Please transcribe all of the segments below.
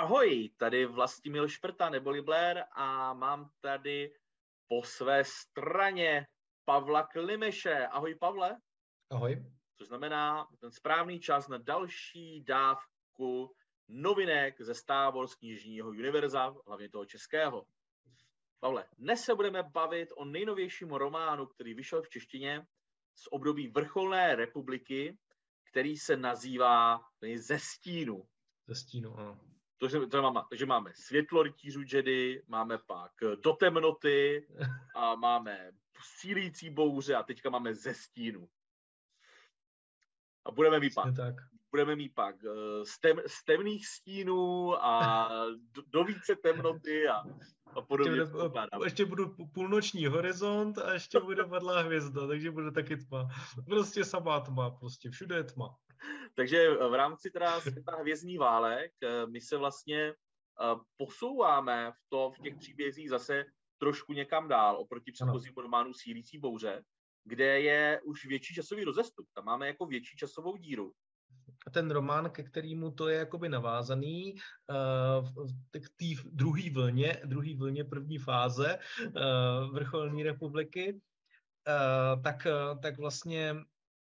Ahoj, tady Vlastimil Šprta neboli Blair a mám tady po své straně Pavla Klimeše. Ahoj, Pavle. Ahoj. Což znamená ten správný čas na další dávku novinek ze Star Wars knižního univerza, hlavně toho českého. Pavle, dnes se budeme bavit o nejnovějším románu, který vyšel v češtině z období vrcholné republiky, který se nazývá Ze stínu. Ze stínu, ano. Takže máme Světlo rytířů Jedi, máme pak Do temnoty a máme Sílící bouře a teďka máme Ze stínu. A budeme mít pak z temných stínů a do více temnoty a podobně. Ještě budu půlnoční horizont a ještě bude padlá hvězda, takže bude taky tma. Prostě samá tma, prostě všude je tma. Takže v rámci teda světa hvězdný válek my se vlastně posouváme v těch příbězích zase trošku někam dál oproti předchozímu románu Sílící bouře, kde je už větší časový rozestup. Tam máme jako větší časovou díru. A ten román, ke kterému to je jakoby navázaný k té druhé vlně první fáze vrcholné republiky, tak vlastně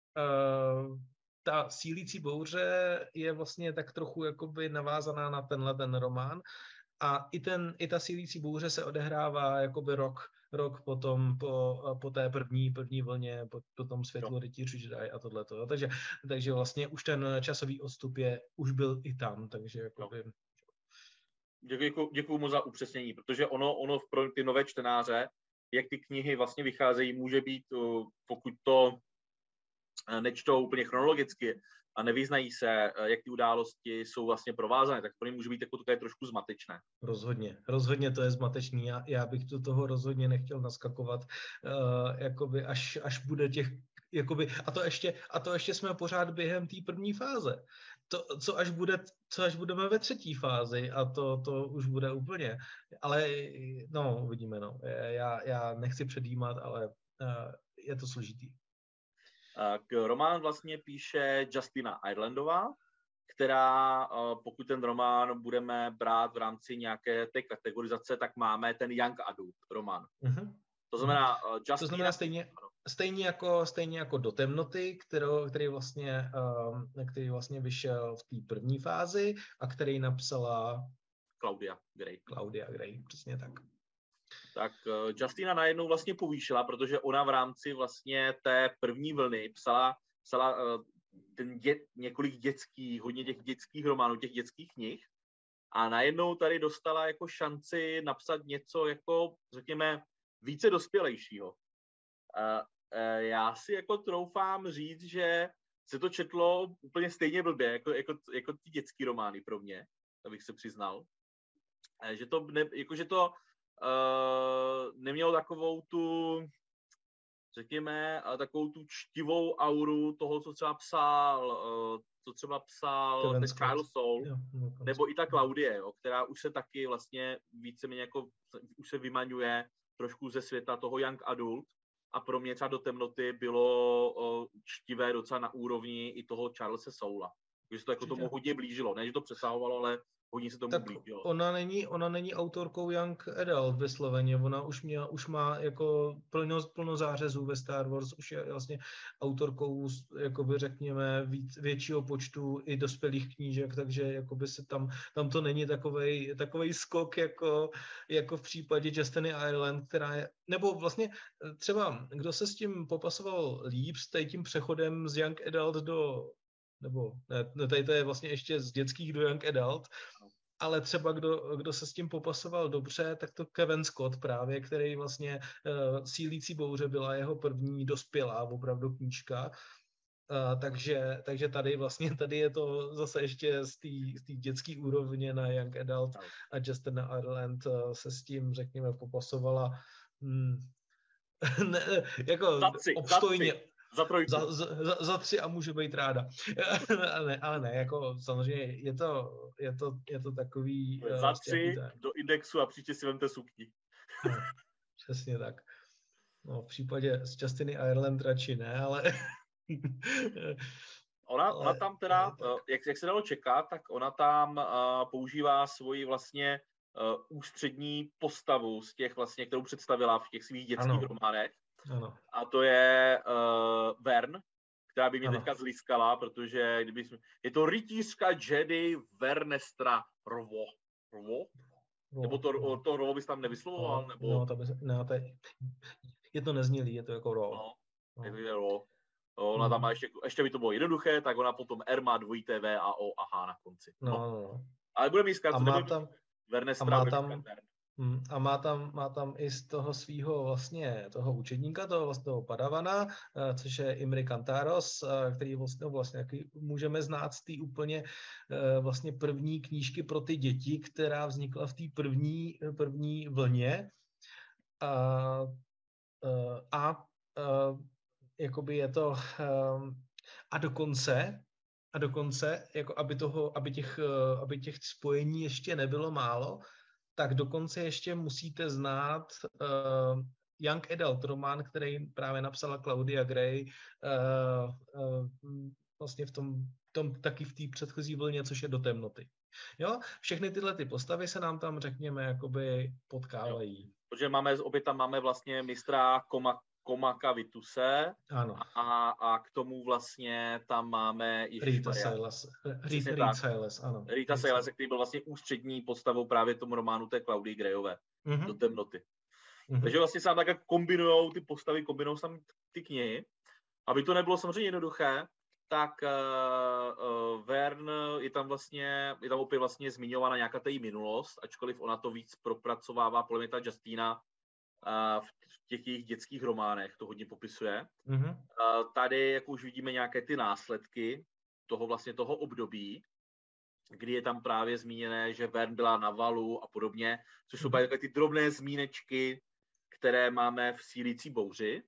ta Sílící bouře je vlastně tak trochu jakoby navázaná na tenhle ten román a i ta Sílící bouře se odehrává jakoby rok potom po té první vlně, po tom Světlu rytířů Jedi a tohleto. Takže vlastně už ten časový odstup už byl i tam, takže jakoby... Děkuju mu za upřesnění, protože ono pro ty nové čtenáře, jak ty knihy vlastně vycházejí, může být, pokud to nečtou úplně chronologicky a nevyznají se, jak ty události jsou vlastně provázané, tak pro ně může být jako také trošku zmatečné. Rozhodně to je zmatečný. Já bych do toho rozhodně nechtěl naskakovat, jakoby až bude těch, jakoby, a to ještě jsme pořád během té první fáze. Co až budeme ve třetí fázi a to už bude úplně. Ale no, uvidíme, no. Já nechci předjímat, ale je to složitý. Román vlastně píše Justina Irelandová, která, pokud ten román budeme brát v rámci nějaké té kategorizace, tak máme ten young adult román. Mm-hmm. To znamená, to znamená stejně jako Do temnoty, který vlastně vyšel v té první fázi a který napsala Claudia Gray, přesně tak. Tak Justina najednou vlastně povýšila, protože ona v rámci vlastně té první vlny psala několik hodně těch dětských románů, těch dětských knih a najednou tady dostala jako šanci napsat něco jako, řekněme, více dospělejšího. Já si jako troufám říct, že se to četlo úplně stejně blbě, jako ty dětský romány pro mě, abych se přiznal. Že to nemělo takovou tu, řekněme, takovou tu čtivou auru toho, co třeba psal ten Charles Soule, nebo i ta Claudie, která už se taky vlastně víceméně jako, už se vymaňuje trošku ze světa toho young adult a pro mě třeba Do temnoty bylo čtivé docela na úrovni i toho Charlese Soula. Takže to jako tomu hodně blížilo, ne, že to přesahovalo, ale hodně se tomu blížilo. Ona není autorkou young adult vysloveně, ona už má jako plno zářezů ve Star Wars, už je vlastně autorkou, jakoby řekněme, většího počtu i dospělých knížek, takže jakoby se tam to není takovej skok jako v případě Justiny Ireland, která je, nebo vlastně třeba, kdo se s tím popasoval líp, s tím přechodem z young adult nebo ne, tady to je vlastně ještě z dětských do young adult, ale třeba kdo se s tím popasoval dobře, tak to Kevin Scott právě, který vlastně Sílící bouře byla jeho první dospělá opravdu knížka, takže tady je to zase ještě z té dětské úrovně na young adult a Justina Ireland se s tím, řekněme, popasovala jako obstojně. Za 3 a může být ráda. ale ne, jako samozřejmě je to takový... Za 3 do indexu a příště si vemte sukni. No, přesně tak. No, v případě z Justiny Ireland radši ne, ale... ona tam teda, jak se dalo čekat, tak ona tam používá svoji vlastně ústřední postavu z těch vlastně, kterou představila v těch svých dětských románech. Ano. A to je Vern, která by mě teďka zliskala, protože je to rytířka Jedi Vernestra Rvo. Nebo to Rvo bys tam nevyslovoval? Nebo... Je to neznělý, je to jako Rvo. No. Je to Rvo. Ona tam má ještě by to bylo jednoduché, tak ona potom R má dvojité V a O a H na konci. No. Ale bude mi zkrátit, Vernestra a má tam i z toho svýho vlastně toho učedníka, toho padavana, což je Imri Kantaros, který vlastně můžeme znát z té úplně vlastně první knížky pro ty děti, která vznikla v té první vlně. A jakoby je to a dokonce jako aby těch spojení ještě nebylo málo, tak dokonce ještě musíte znát Young Adult román, který právě napsala Claudia Gray, vlastně v tom taky v té předchozí vlně, což je Do temnoty. Jo? Všechny tyhle ty postavy se nám tam, řekněme, jakoby potkávají. Jo. Protože opět tam máme vlastně mistra Komaka Vituse. Ano. A k tomu vlastně tam máme Rita Sayles, ano. Rita Sayles, který byl vlastně ústřední postavou právě tomu románu té Claudie Grayové, Do temnoty. Takže vlastně sám tak kombinujou ty postavy, kombinujou sám ty knihy. Aby to nebylo samozřejmě jednoduché, tak Vern je tam opět vlastně zmiňována nějaká ta její minulost, ačkoliv ona to víc propracovává podle mě ta Justina v těch jejich dětských románech, to hodně popisuje. Tady, jak už vidíme, nějaké ty následky toho období, kdy je tam právě zmíněné, že Vern byla na valu a podobně, což jsou právě ty drobné zmínečky, které máme v Sílící bouři.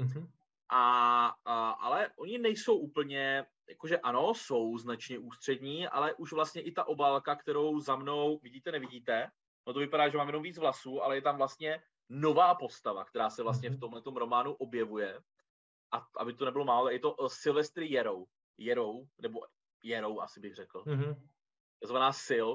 Ale oni nejsou úplně, jakože ano, jsou značně ústřední, ale už vlastně i ta obálka, kterou za mnou vidíte, nevidíte, no to vypadá, že mám jenom víc vlasů, ale je tam vlastně nová postava, která se vlastně v tomhletom románu objevuje. A aby to nebylo málo, je to Sylvester Yarrow, nebo Yarrow asi bych řekl. Zvaná Sil.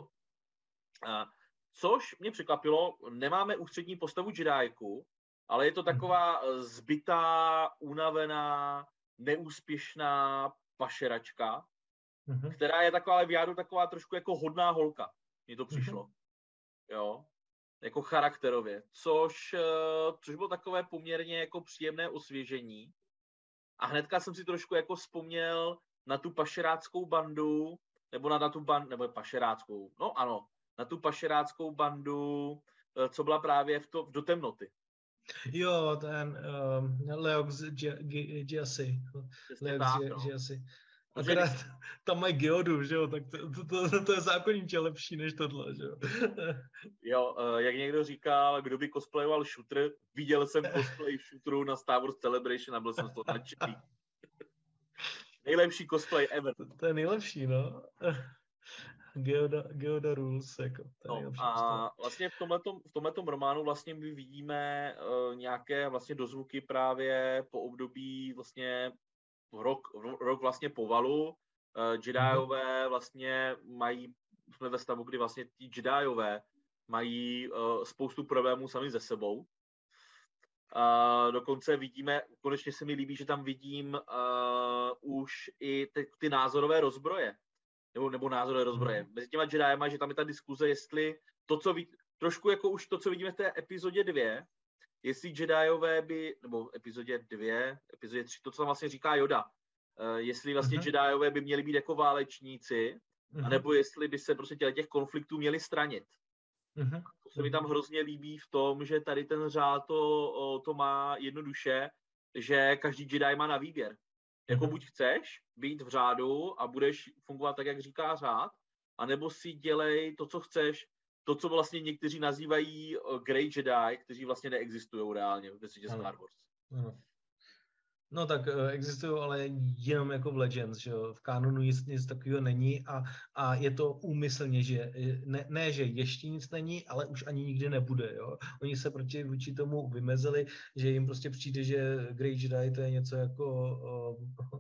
Což mě překvapilo, nemáme ústřední postavu Jedijku, ale je to taková zbytá, unavená, neúspěšná pašeračka, která je taková, ale v jádu taková trošku jako hodná holka. Mně to přišlo. Jo. Jako charakterově, což bylo takové poměrně jako příjemné osvěžení. A hnedka jsem si trošku jako vzpomněl na tu pašeráckou bandu, nebo na tu bandu, nebo pašeráckou, no ano, na tu pašeráckou bandu, co byla právě v Do temnoty. Jo, ten Leox Gyasi. Akorát tam mají geodu, že jo, tak to je zákonitě lepší než tohle, že jo. Jo, jak někdo říkal, kdo by cosplayoval shooter, viděl jsem cosplay shooteru na Star Wars Celebration a byl jsem z toho nadšený. Nejlepší cosplay ever. To je nejlepší, no. Geoda rules, jako. A vlastně v tomhletom románu vlastně my vidíme nějaké vlastně dozvuky právě po období vlastně rok vlastně po valu. Jediové vlastně jsme ve stavu, kdy vlastně ti Jediové mají spoustu problémů sami ze sebou. Dokonce vidíme, konečně se mi líbí, že tam vidím už i ty názorové rozbroje. Nebo názorové rozbroje. Mezi těma Jediama, že tam je ta diskuze, jestli trošku jako už to, co vidíme v té epizodě 2, jestli Jediové nebo epizodě 3, to, co tam vlastně říká Yoda, jestli vlastně Jediové by měli být jako válečníci, anebo jestli by se prostě těch konfliktů měli stranit. To se mi tam hrozně líbí v tom, že tady ten řád to má jednoduše, že každý Jedi má na výběr. Jako buď chceš být v řádu a budeš fungovat tak, jak říká řád, anebo si dělej to, co chceš, to, co vlastně někteří nazývají Grey Jedi, kteří vlastně neexistují reálně ve světě Star Wars. No tak existují, ale jenom jako v Legends, že jo. V kanonu nic takového není a je to úmyslně, že ne, že ještě nic není, ale už ani nikdy nebude, jo. Oni se vůči tomu vymezili, že jim prostě přijde, že Grey Jedi to je něco jako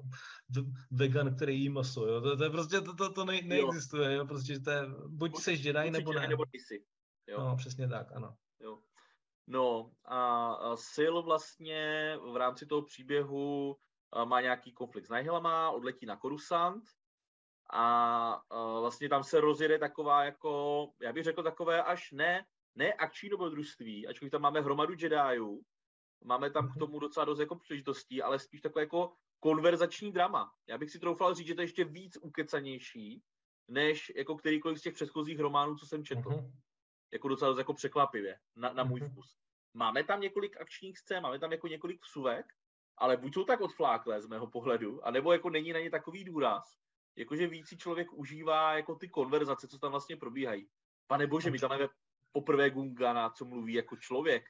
vegan, který jí maso, jo. To je prostě, to neexistuje, jo. Prostě to je, buď seš Jedi, nebo ne. Nebo nejsi. Jo. No, přesně tak, ano. Jo. No a Sil vlastně v rámci toho příběhu má nějaký konflikt s Nihilama, odletí na Coruscant a vlastně tam se rozjede taková jako, já bych řekl takové až ne akční dobrodružství, ačkoliv tam máme hromadu Jediů, máme tam k tomu docela dost jako příležitostí, ale spíš takové jako konverzační drama. Já bych si troufal říct, že to je ještě víc ukecanější, než jako kterýkoliv z těch předchozích románů, co jsem četl. Jako docela dost jako překvapivě, na můj vkus. Máme tam několik akčních scén, máme tam jako několik vsuvek, ale buď jsou tak odfláklé z mého pohledu, anebo jako není na ně takový důraz, jakože víc si člověk užívá jako ty konverzace, co tam vlastně probíhají. Pane bože, my tam máme poprvé Gungana, co mluví jako člověk.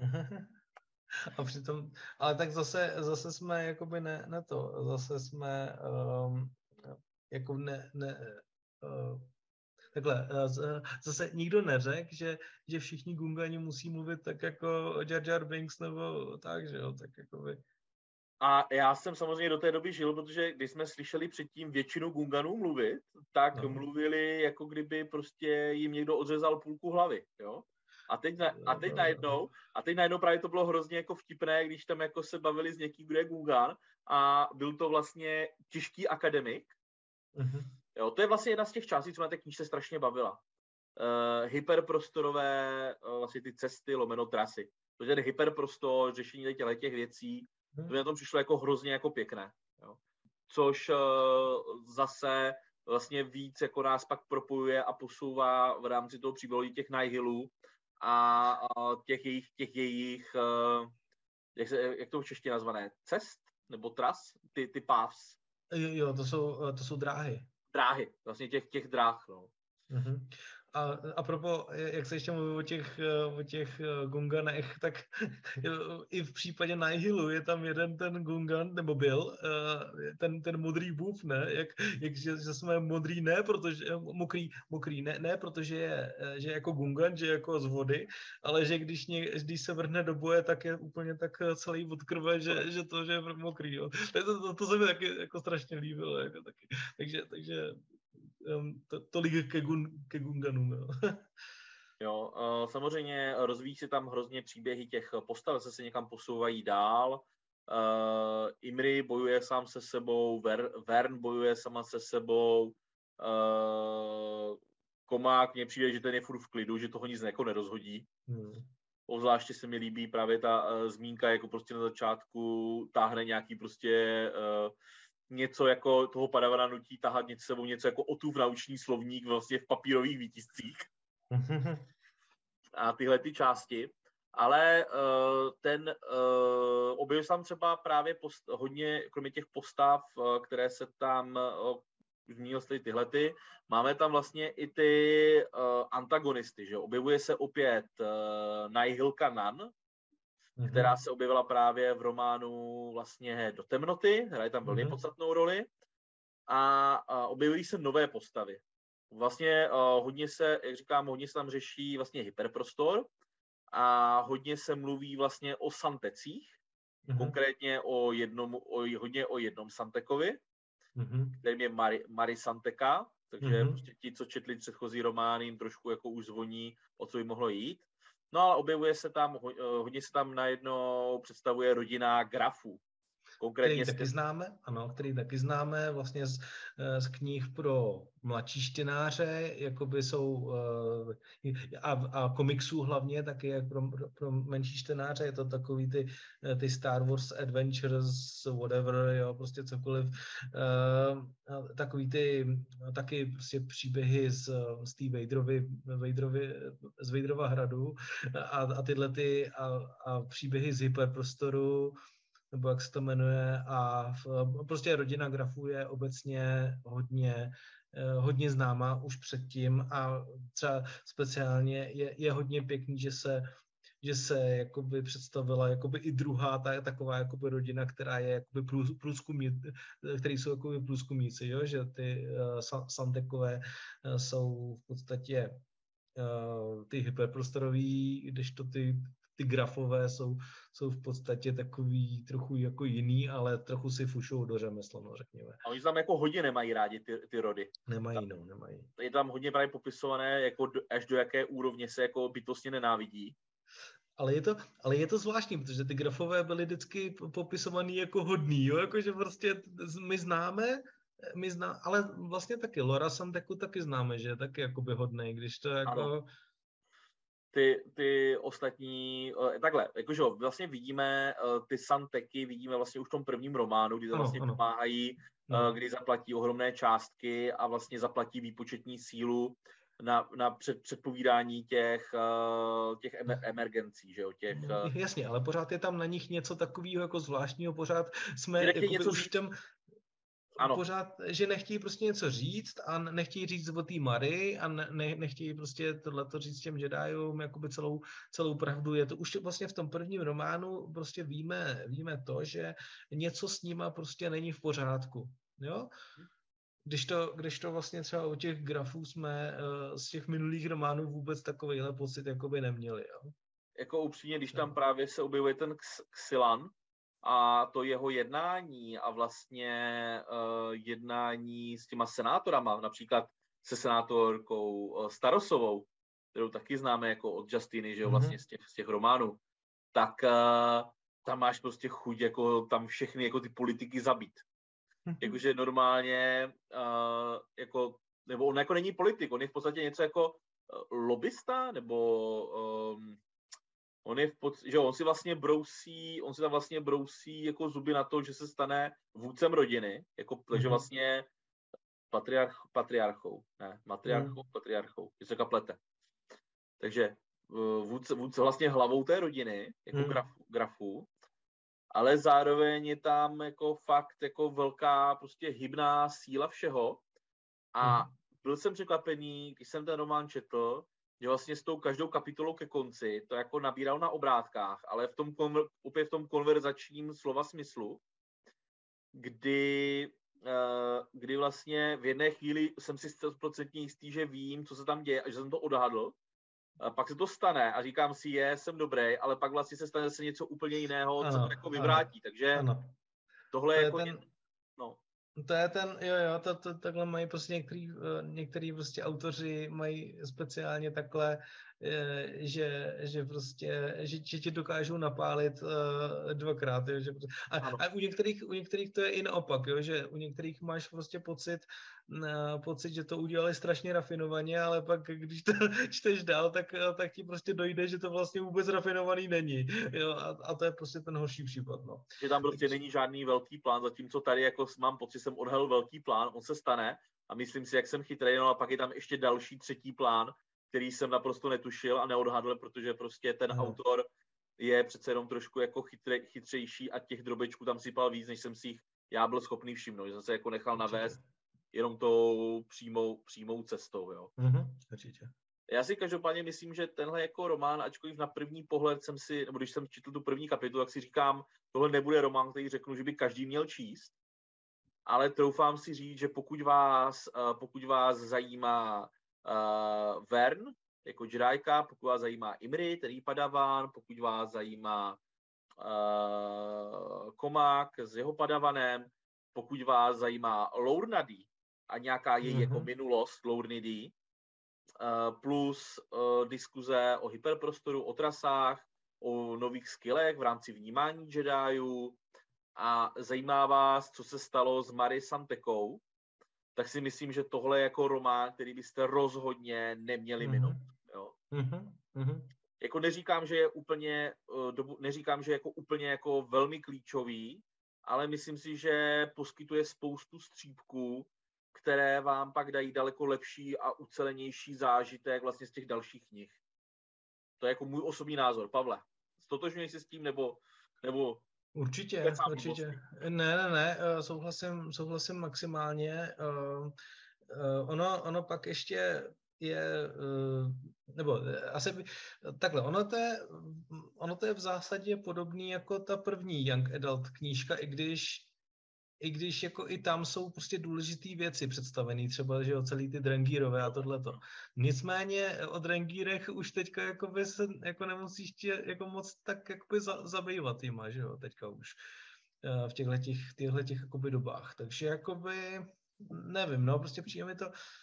A přitom, ale tak zase jsme jakoby ne to, zase jsme jako takhle, zase nikdo neřekl, že všichni Gungani musí mluvit tak jako Jar Jar Binks nebo tak, že jo, tak jakoby. A já jsem samozřejmě do té doby žil, protože když jsme slyšeli předtím většinu Gunganů mluvit, tak mluvili, jako kdyby prostě jim někdo odřezal půlku hlavy, jo. A teď najednou právě to bylo hrozně jako vtipné, když tam jako se bavili s někým, kdo je Gungan a byl to vlastně těžký akademik. Jo, to je vlastně jedna z těch částí, co na té knížce strašně bavila. Hyperprostorové vlastně ty cesty, lomeno trasy. Protože ten hyperprostor, řešení těch věcí, to mi na tom přišlo jako hrozně jako pěkné. Jo. Což zase vlastně víc jako nás pak propojuje a posouvá v rámci toho příběhu těch Nihilů a těch jejich jak to v češtině nazvané, cest nebo tras, ty paths. Jo, to jsou dráhy. Dráhy, vlastně těch dráh, no. A propos, jak se ještě mluví o těch Gunganech, tak i v případě Nihilu je tam jeden ten Gungan, nebo byl, ten modrý bůh, ne? Že jsme modrý ne, protože mokrý ne, protože že je jako Gungan, že je jako z vody, ale že když se vrhne do boje, tak je úplně tak celý od krve, že je mokrý. Jo. To se mi taky jako strašně líbilo. Jako taky. Takže tolik ke Gunganům. Jo. Jo, samozřejmě rozvíjí se tam hrozně příběhy těch postav, se někam posouvají dál. Imri bojuje sám se sebou, Vern bojuje sama se sebou, Komák mně přijde, že ten je furt v klidu, že toho nic jako nerozhodí. Obzvláště se mi líbí právě ta zmínka, jako prostě na začátku táhne nějaký prostě něco jako toho padavana nutí tahat něco sebou, něco jako Otův nauční slovník vlastně v papírových výtiscích. A tyhle ty části. Ale objevil jsem třeba právě hodně, kromě těch postav, které se tam zmínil jste tyhlety, máme tam vlastně i ty antagonisty, že objevuje se opět Nihilka Nan, která se objevila právě v románu vlastně Do temnoty, hraje tam velmi podstatnou roli a objevují se nové postavy. Vlastně hodně se tam řeší vlastně hyperprostor a hodně se mluví vlastně o Santecích, konkrétně hodně o jednom Santekovi, kterým je Mari Santeka, takže prostě ti, co četli předchozí romány, jim trošku jako už zvoní, o co by mohlo jít. No ale objevuje se tam, hodně se tam najednou představuje rodina grafů. Konkrétně který taky známe vlastně z knih pro mladší čtenáře, jakoby jsou a komiksů hlavně taky jak pro menší čtenáře, je to takový ty Star Wars Adventures, whatever, jo, prostě cokoliv, takový ty taky prostě příběhy z Vaderova hradu a tyhle ty a příběhy z hyperprostoru, nebo jak se to jmenuje, a prostě rodina grafů je obecně hodně známá už předtím a třeba speciálně je hodně pěkný, že se jakoby představila jakoby i druhá taková jakoby rodina, která je jakoby který jsou jakoby průzkumníci, jo? Že ty Santekové jsou v podstatě ty hyperprostorový, kdežto ty ty grafové jsou v podstatě takový trochu jako jiný, ale trochu si fušou do řemesla, no, řekněme. A oni tam jako hodně nemají rádi ty rody. Nemají. Je tam hodně právě popisované, jako až do jaké úrovně se jako bytostně nenávidí. Ale je to zvláštní, protože ty grafové byly vždycky popisovaný jako hodný, jo? Jakože prostě my známe, ale vlastně taky Lora Santeku taky známe, že je taky jakoby hodnej, když to jako... Ano. Ty ostatní, takhle, jakože vlastně vidíme ty Santeky, vidíme vlastně už v tom prvním románu, kdy to vlastně pomáhají, kdy zaplatí ohromné částky a vlastně zaplatí výpočetní sílu na předpovídání těch emergencí, že jo, těch... Jasně, ale pořád je tam na nich něco takového jako zvláštního, pořád jsme něco už tam... Ano. Pořád, že nechtějí prostě něco říct a nechtějí říct o té Mary a nechtějí prostě tohleto říct těm Jediům jakoby celou pravdu. Je to už vlastně v tom prvním románu prostě víme to, že něco s nima prostě není v pořádku. Jo? Když to vlastně třeba u těch grafů jsme z těch minulých románů vůbec takovýhle pocit jakoby neměli. Jo? Jako upřímně, když tam právě se objevuje ten Xylan, a to jeho jednání a vlastně jednání s těma senátorama, například se senátorkou Starosovou, kterou taky známe jako od Justiny, že jo, vlastně z těch románů, tak tam máš prostě chuť jako tam všechny jako ty politiky zabít. Jakože normálně jako, nebo on jako není politik, on je v podstatě něco jako lobista, nebo on si tam vlastně brousí jako zuby na to, že se stane vůdcem rodiny, jako, takže vlastně patriarchou, že se kaplete. Takže vůdce vlastně hlavou té rodiny, jako grafů, ale zároveň je tam jako fakt jako velká prostě hybná síla všeho a byl jsem překvapený, když jsem ten román četl, že vlastně s tou každou kapitolou ke konci to jako nabíral na obrátkách, ale opět v tom konverzačním slova smyslu, kdy vlastně v jedné chvíli jsem si 100% jistý, že vím, co se tam děje a že jsem to odhadl. A pak se to stane a říkám si, jsem dobrý, ale pak vlastně se stane něco úplně jiného, co to jako vyvrátí. Takže tohle je jako... To je ten, takhle mají prostě některý prostě autoři mají speciálně takhle, že prostě, že ti dokážou napálit dvakrát, jo, že a u některých to je i naopak, jo, že u některých máš prostě pocit, že to udělali strašně rafinovaně, ale pak když to čteš dál, tak ti prostě dojde, že to vlastně vůbec rafinovaný není, jo, a to je prostě ten horší případ, no. Že tam prostě není žádný velký plán, zatímco tady jako mám pocit, jsem odhalil velký plán, on se stane a myslím si, jak jsem chytrý, no a pak je tam ještě další třetí plán, který jsem naprosto netušil a neodhadl, protože prostě ten autor je přece jenom trošku jako chytřejší a těch drobečků tam sypal víc, než jsem si jich já byl schopný všimnout, že jsem se jako nechal navést jenom tou přímou cestou, jo. Určitě. Já si každopádně myslím, že tenhle jako román, ačkoliv na první pohled nebo když jsem četl tu první kapitolu, tak si říkám, tohle nebude román, který řeknu, že by každý měl číst, ale troufám si říct, že pokud vás zajímá Vern jako Jedijka, pokud vás zajímá Imri, který Padawan, pokud vás zajímá Komák s jeho Padavanem, pokud vás zajímá Lournadi a nějaká její jako minulost Lournidi, plus diskuze o hyperprostoru, o trasách, o nových skillech v rámci vnímání Jediů a zajímá vás, co se stalo s Mary Santekou, tak si myslím, že tohle je jako román, který byste rozhodně neměli minout. Jo. Jako neříkám, že je jako úplně jako velmi klíčový, ale myslím si, že poskytuje spoustu střípků, které vám pak dají daleko lepší a ucelenější zážitek vlastně z těch dalších knih. To je jako můj osobní názor. Pavle, stotožňuješ se s tím, nebo Určitě. Ne, souhlasím maximálně. Ono pak ještě je, nebo asi takhle, ono to je v zásadě podobný jako ta první Young Adult knížka, i když i když jako i tam jsou prostě důležité věci představené, třeba, že jo, celý ty Drengírové a tohleto. Nicméně o Drengírech už teďka jakoby se jako nemusíš tě jako moc tak jakoby zabývat jima, že jo, teďka už v těchto jakoby dobách. Takže jakoby, nevím, no, prostě přijde mi to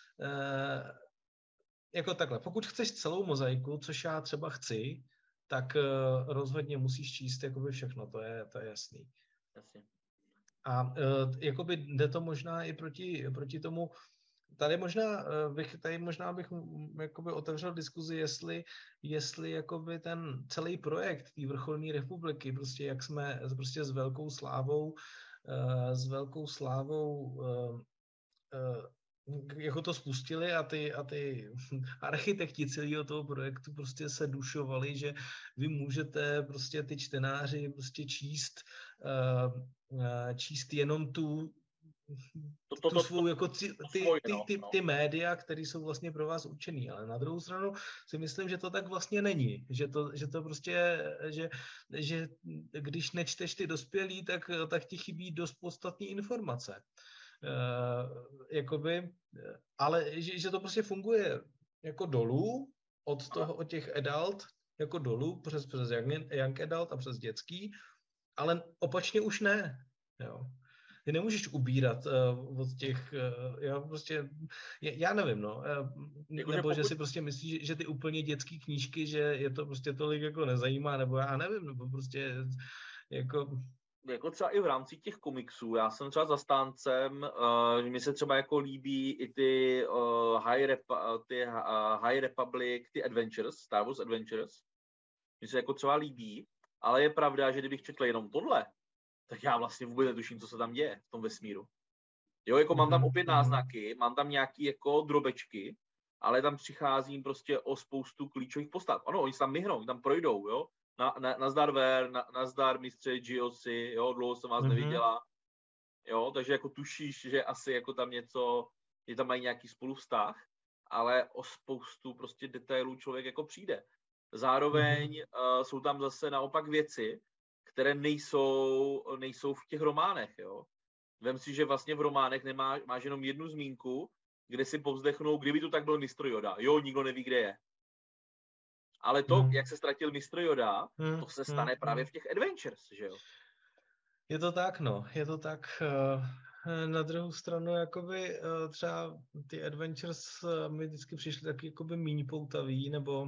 jako takhle. Pokud chceš celou mozaiku, což já třeba chci, tak rozhodně musíš číst jakoby všechno, to je jasný. Jasně. A jakoby jde to možná i proti tomu, tady možná bych jakoby otevřel diskuzi, jestli jakoby ten celý projekt té vrcholné republiky, prostě jak jsme prostě s velkou slávou jako to spustili a ty architekti celého toho projektu prostě se dušovali, že vy můžete prostě ty čtenáři prostě číst jenom tu svou jako ty média, které jsou vlastně pro vás určený, ale na druhou stranu si myslím, že to tak vlastně není, že to prostě, že když nečteš ty dospělí, tak ti chybí dost podstatné informace. Jakoby, ale že to prostě funguje jako dolů, od těch adult, jako dolů, přes young adult a přes dětský, ale opačně už ne. Jo. Ty nemůžeš ubírat od těch, já nevím, no, nebo že si prostě myslíš, že ty úplně dětský knížky, že je to prostě tolik jako nezajímá, nebo já nevím, nebo prostě jako třeba i v rámci těch komiksů, já jsem třeba zastáncem, že mi se třeba jako líbí i ty High Republic, ty Adventures, Star Wars Adventures, mi se jako třeba líbí, ale je pravda, že kdybych četl jenom tohle, tak já vlastně vůbec netuším, co se tam děje v tom vesmíru. Jo, jako mám tam opět náznaky, mám tam nějaký jako drobečky, ale tam přicházím prostě o spoustu klíčových postav. Ano, oni se tam myhnou, oni tam projdou, jo. Nazdar Ver, nazdar mistře Giosi, jo, dlouho jsem vás neviděla. Jo, takže jako tušíš, že asi jako tam něco, že tam mají nějaký spoluvztah, ale o spoustu prostě detailů člověk jako přijde. Zároveň jsou tam zase naopak věci, které nejsou v těch románech, jo. Vem si, že vlastně v románech máš jenom jednu zmínku, kde si povzdechnou, kdyby to tak byl mistr Yoda. Jo, nikdo neví, kde je. Ale to, jak se ztratil mistr Yoda, to se stane právě v těch Adventures, že jo? Je to tak, no. Je to tak. Na druhou stranu, jakoby třeba ty Adventures mi vždycky přišly taky jakoby míň poutavý, nebo...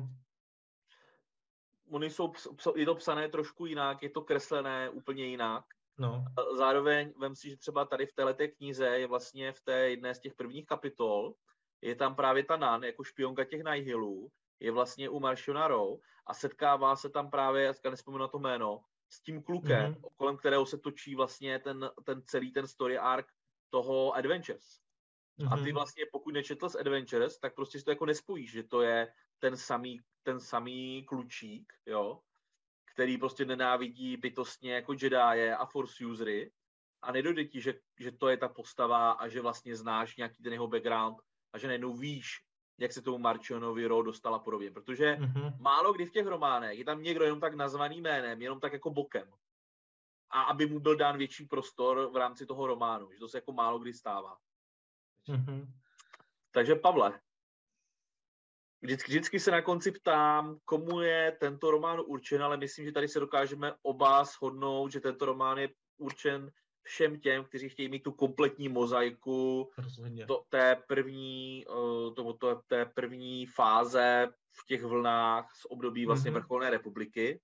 Je to psané trošku jinak, je to kreslené úplně jinak. No. Zároveň vem si, že třeba tady v téhleté knize je vlastně v té jedné z těch prvních kapitol, je tam právě ta Nan, jako špionka těch Nihilů, je vlastně u Marciona Rowe a setkává se tam právě, já nespomenu na to jméno, s tím klukem, kolem kterého se točí vlastně ten celý ten story arc toho Adventures. A ty vlastně, pokud nečetl z Adventures, tak prostě si to jako nespojíš, že to je ten samý klučík, jo, který prostě nenávidí bytostně jako Jedije a Force usery a nedojde ti, že to je ta postava a že vlastně znáš nějaký ten jeho background a že najednou víš, jak se tomu Marcionovi Rowe dostala podobně. Protože málo kdy v těch románech je tam někdo jenom tak nazvaný jménem, jenom tak jako bokem. A aby mu byl dán větší prostor v rámci toho románu. Že to se jako málo kdy stává. Takže Pavle, vždycky se na konci ptám, komu je tento román určen, ale myslím, že tady se dokážeme oba shodnout, že tento román je určen všem těm, kteří chtějí mít tu kompletní mozaiku té první fáze v těch vlnách z období vlastně vrcholné republiky.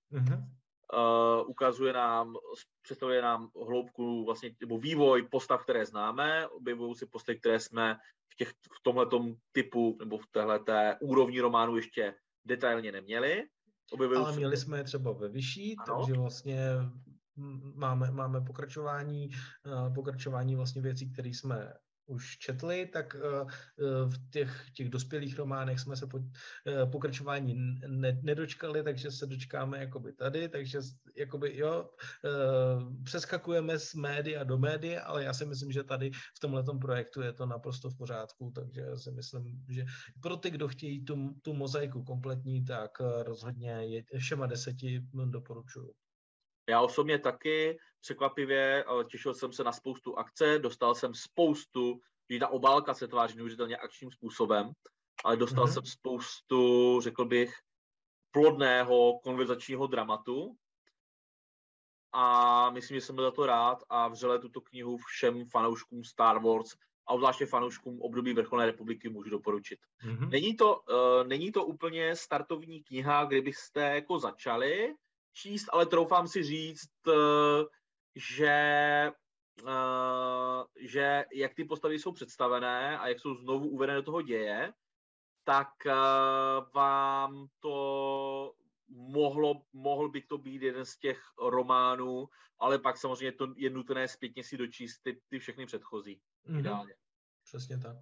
Představuje nám hloubku vlastně, nebo vývoj postav, které známe, objevují si postavy, které jsme v tomhletom typu nebo v téhleté úrovni románu ještě detailně neměli. Ale měli jsme je třeba ve vyšší, takže vlastně máme pokračování vlastně věcí, které jsme už četli, tak v těch dospělých románech jsme se pokračování nedočkali, takže se dočkáme jakoby tady, takže jakoby přeskakujeme z média do média, ale já si myslím, že tady v tomhletom projektu je to naprosto v pořádku, takže já si myslím, že pro ty, kdo chtějí tu mozaiku kompletní, tak rozhodně všema 10 doporučuju. Já osobně taky, překvapivě, těšil jsem se na spoustu akce, dostal jsem spoustu, když ta obálka se tváří neuvěřitelně akčním způsobem, ale dostal jsem spoustu, řekl bych, plodného konverzačního dramatu a myslím, že jsem byl za to rád a vřele tuto knihu všem fanouškům Star Wars a obzvláště fanouškům období Vrcholné republiky můžu doporučit. Není to úplně startovní kniha, kdybyste jako začali číst, ale troufám si říct, že jak ty postavy jsou představené a jak jsou znovu uvedené do toho děje, tak vám to mohl by to být jeden z těch románů, ale pak samozřejmě to je nutné zpětně si dočíst ty všechny předchozí. Ideálně. Přesně tak.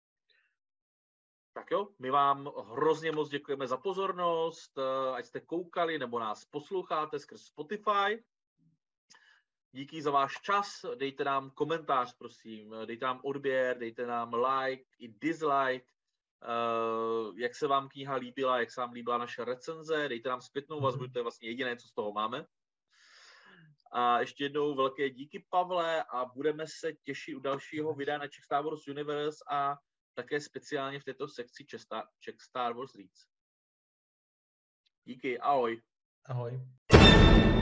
Tak jo, my vám hrozně moc děkujeme za pozornost, ať jste koukali nebo nás posloucháte skrz Spotify. Díky za váš čas, dejte nám komentář, prosím, dejte nám odběr, dejte nám like i dislike, jak se vám kniha líbila, jak se vám líbila naše recenze, dejte nám zpětnou vazbu, to je vlastně jediné, co z toho máme. A ještě jednou velké díky, Pavle, a budeme se těšit u dalšího videa na Czech Star Wars Universe a také speciálně v této sekci Czech Star Wars Reads. Díky, ahoj. Ahoj.